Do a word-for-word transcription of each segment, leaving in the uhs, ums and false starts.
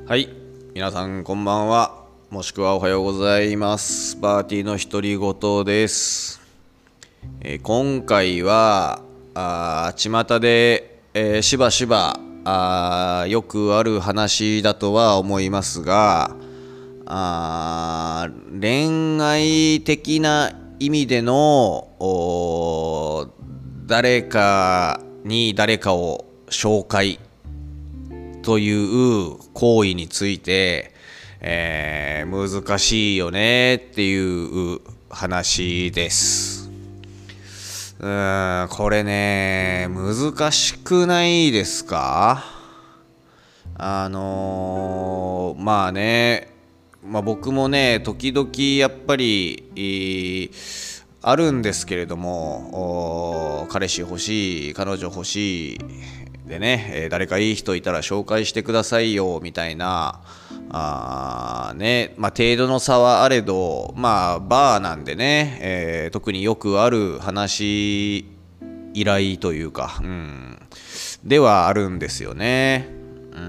はい、皆さんこんばんは、もしくはおはようございます。バーティーの独り言です。えー今回はあー巷で、えーしばしばあーよくある話だとは思いますが、あー恋愛的な意味でのおー誰かに誰かを紹介という行為について、えー難しいよねっていう話です。うーんこれね、難しくないですか？あのーまあね、まあ、僕もね時々やっぱりいいあるんですけれども、お彼氏欲しい、彼女欲しいでね、えー誰かいい人いたら紹介してくださいよみたいな、あーね、まあ、程度の差はあれど、まあバーなんでね、えー特によくある話、依頼というか、うん、ではあるんですよね。うん、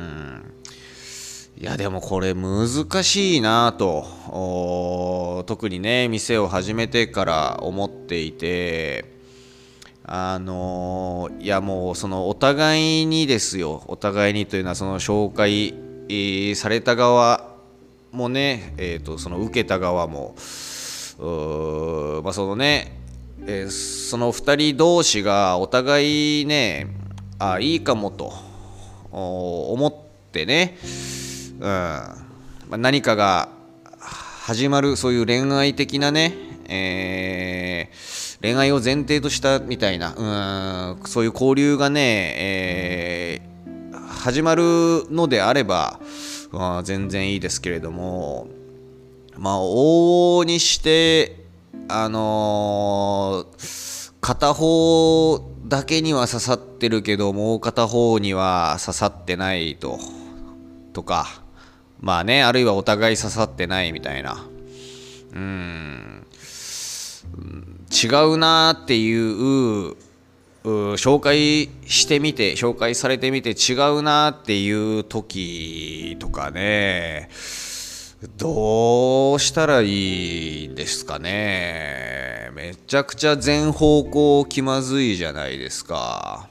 いやでもこれ難しいなと、お特にね店を始めてから思っていて、あのーいやもうそのお互いにですよ、お互いにというのはその紹介、えーされた側もね、えーとその受けた側も、うーまあそのね、えーそのふたり同士がお互いね、あいいかもとお思ってね、うんまあ、何かが始まる、そういう恋愛的なね、えー恋愛を前提としたみたいな、うんそういう交流がね、えー始まるのであれば、うん全然いいですけれども、まあ往々にしてあのー片方だけには刺さってるけどもう片方には刺さってないととか、まあね、あるいはお互い刺さってないみたいな、うーん違うなーっていうう紹介してみて紹介されてみて違うなーっていう時とかね、どうしたらいいんですかね。めちゃくちゃ全方向気まずいじゃないですか。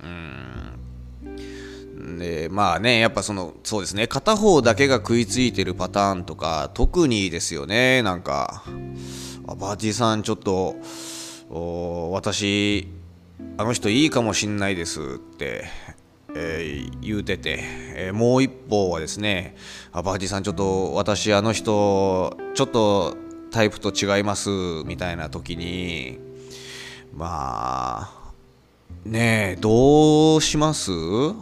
でまあね、やっぱそのそうですね、片方だけが食いついてるパターンとか特にですよね。なんかあバーティーさんちょっとお私あの人いいかもしんないですって、えー言うてて、えーもう一方はですね、あバーティーさんちょっと私あの人ちょっとタイプと違いますみたいな時に、まあねえどうします？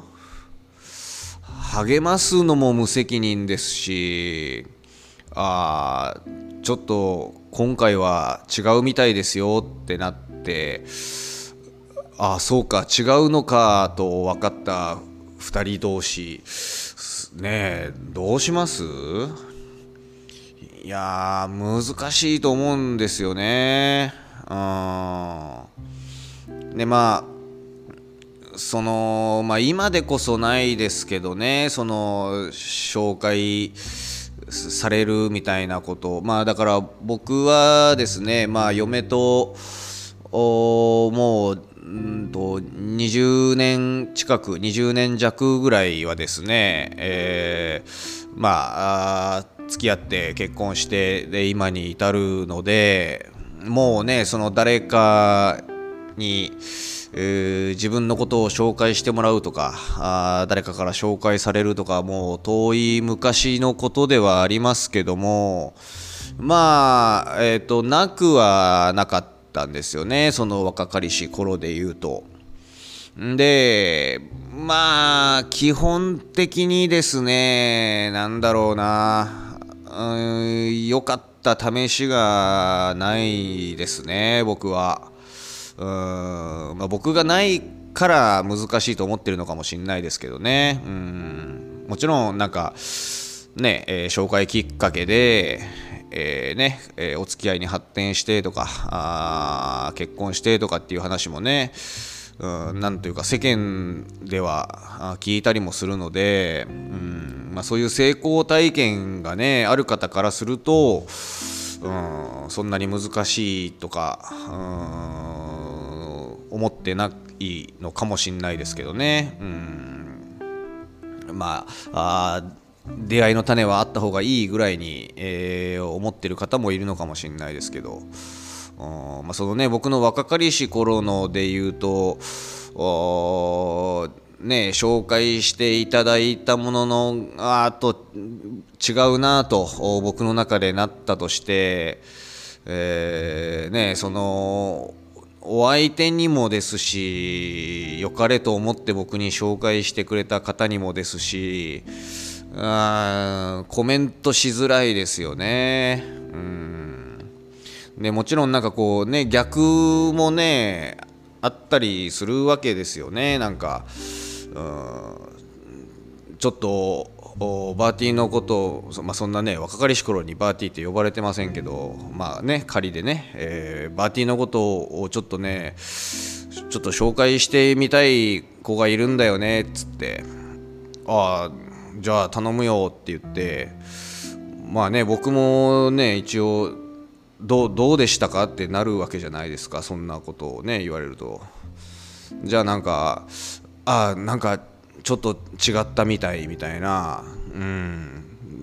励ますのも無責任ですし、あーちょっと今回は違うみたいですよってなって、ああそうか違うのかと分かったふたり同士ねえどうします？いやー難しいと思うんですよね。うんでまあそのまあ今でこそないですけどね、その紹介されるみたいなこと、まあだから僕はですね、まあ嫁とおもううんとにじゅうねん近くにじゅうねん弱ぐらいはですね、えーまああー付き合って結婚してで今に至るので、もうねその誰かに、えー自分のことを紹介してもらうとか、あー誰かから紹介されるとかもう遠い昔のことではありますけども、まあえっ、となくはなかったんですよね、その若かりし頃で言うと。でまあ基本的にですね、なんだろうな、うーん良かった試しがないですね僕は。うーん、まあ、僕がないから難しいと思ってるのかもしれないですけどね。うんもちろんなんかね、えー紹介きっかけで、えーねえーお付き合いに発展してとか、あー結婚してとかっていう話もね、うん、なんというか世間ではあ聞いたりもするので、うんまあ、そういう成功体験がねある方からすると、うん、そんなに難しいとか、うん、思ってないのかもしれないですけどね、うん、まあ、あ出会いの種はあった方がいいぐらいに、えー、思ってる方もいるのかもしれないですけど、まあ、そのね僕の若かりし頃ので言うと、ね、紹介していただいたもののあと違うなと僕の中でなったとして、えーね、そのお相手にもですし、良かれと思って僕に紹介してくれた方にもですし、あコメントしづらいですよね。うんでもちろんなんかこうね逆もねあったりするわけですよね。なんかうんちょっとバーティーのことを、まあ、そんなね若かりし頃にバーティーって呼ばれてませんけど、まあね仮でね、えー、バーティーのことをちょっとねちょっと紹介してみたい子がいるんだよねっつって、ああじゃあ頼むよって言って、まあね僕もね一応どう、どうでしたかってなるわけじゃないですか。そんなことをね言われると、じゃあなんかあなんかちょっと違ったみたいみたいな、うん、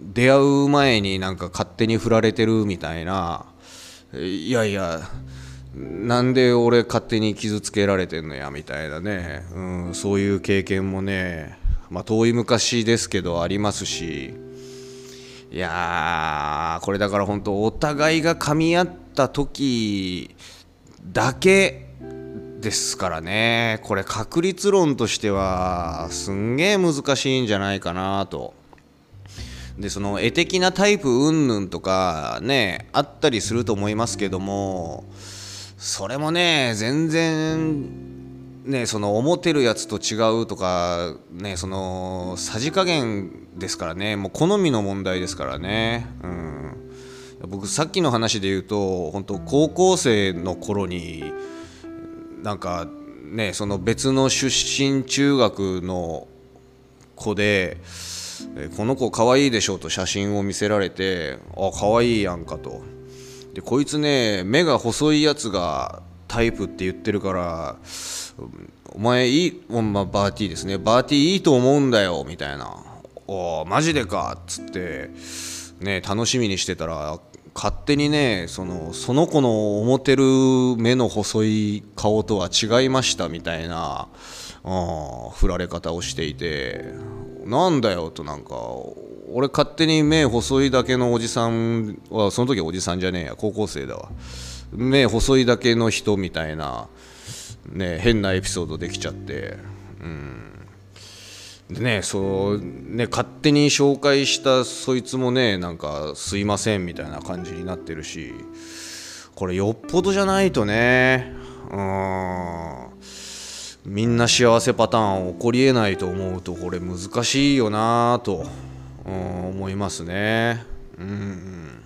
出会う前になんか勝手に振られてるみたいな、いやいやなんで俺勝手に傷つけられてんのやみたいなね、うん、そういう経験もね、まあ、遠い昔ですけどありますし、いやーこれだから本当お互いが噛み合った時だけですからね。これ確率論としてはすんげー難しいんじゃないかなと。でその絵的なタイプ云々とかねあったりすると思いますけども、それもね全然ね、その思ってるやつと違うとかね、そのさじ加減ですからね、もう好みの問題ですからね、うん、僕さっきの話で言うと本当高校生の頃になんかねその別の出身中学の子でこの子可愛いでしょと写真を見せられて、あ可愛いやんかと、でこいつね目が細いやつがタイプって言ってるからお前いい、まあ、バーティーですね、バーティーいいと思うんだよみたいな、おマジでかっつってね楽しみにしてたら勝手にねそのその子の思ってる目の細い顔とは違いましたみたいなあ振られ方をしていて、なんだよと、なんか俺勝手に目細いだけのおじさんは、その時はおじさんじゃねえや高校生だわ、目細いだけの人みたいなね変なエピソードできちゃって、うんでねそうね勝手に紹介したそいつもねなんかすいませんみたいな感じになってるし、これよっぽどじゃないとね、うんみんな幸せパターン起こりえないと思うとこれ難しいよなと、うん、思いますね。うん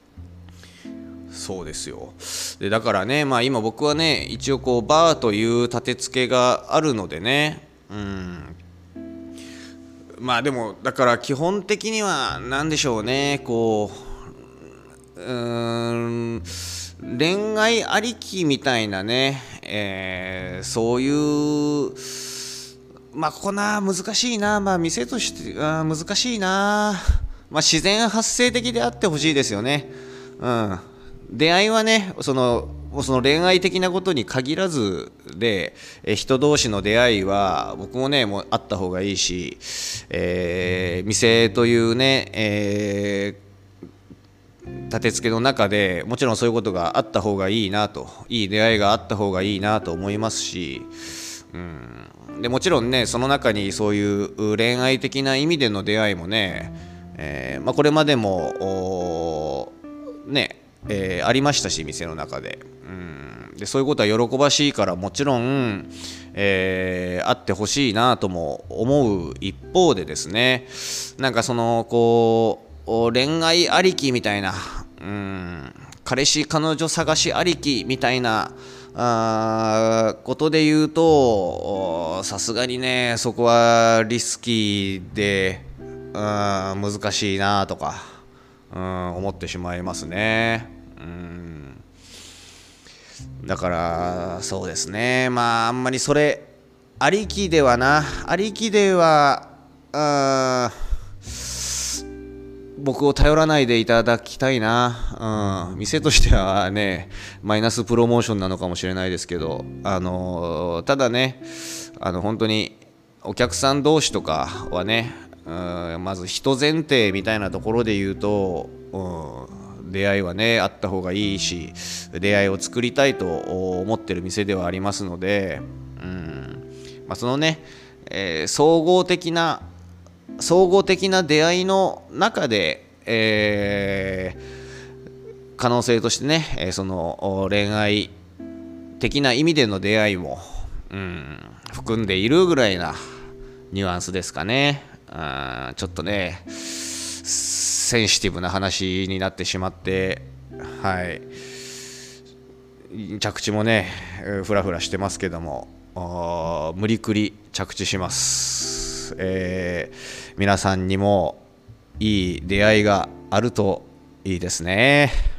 そうですよ。でだからね、まあ、今僕はね一応こうバーという立て付けがあるのでね、うんまあでもだから基本的には何でしょうね、こううーん恋愛ありきみたいなね、えー、そういうまあここな難しいな、まあ店としてあ難しいな、まあ自然発生的であってほしいですよね。うん出会いはねそのその恋愛的なことに限らずで、え人同士の出会いは僕もねもうあった方がいいし、えー、店というね、えー、立て付けの中でもちろんそういうことがあった方がいいなと、いい出会いがあった方がいいなと思いますし、うんでもちろんねその中にそういう恋愛的な意味での出会いもね、えーまあ、これまでもねえー、ありましたし店の中で、うんでそういうことは喜ばしいからもちろん、えー、あってほしいなとも思う一方でですね、なんかそのこう恋愛ありきみたいな、うん彼氏彼女探しありきみたいなあことで言うとさすがにねそこはリスキーでうん難しいなとか、うん、思ってしまいますね。うんだからそうですね、まああんまりそれありきではなありきではあ僕を頼らないでいただきたいな、うん、店としてはねマイナスプロモーションなのかもしれないですけど、あのただねあの本当にお客さん同士とかはね、うん、まず人前提みたいなところで言うと、うん、出会いはねあった方がいいし、出会いを作りたいと思ってる店ではありますので、うんまあ、そのね、えー、総合的な総合的な出会いの中で、えー、可能性としてね、その恋愛的な意味での出会いも、うん、含んでいるぐらいなニュアンスですかね。あちょっとねセンシティブな話になってしまって、はい、着地もねフラフラしてますけども、無理くり着地します。えー、皆さんにもいい出会いがあるといいですね。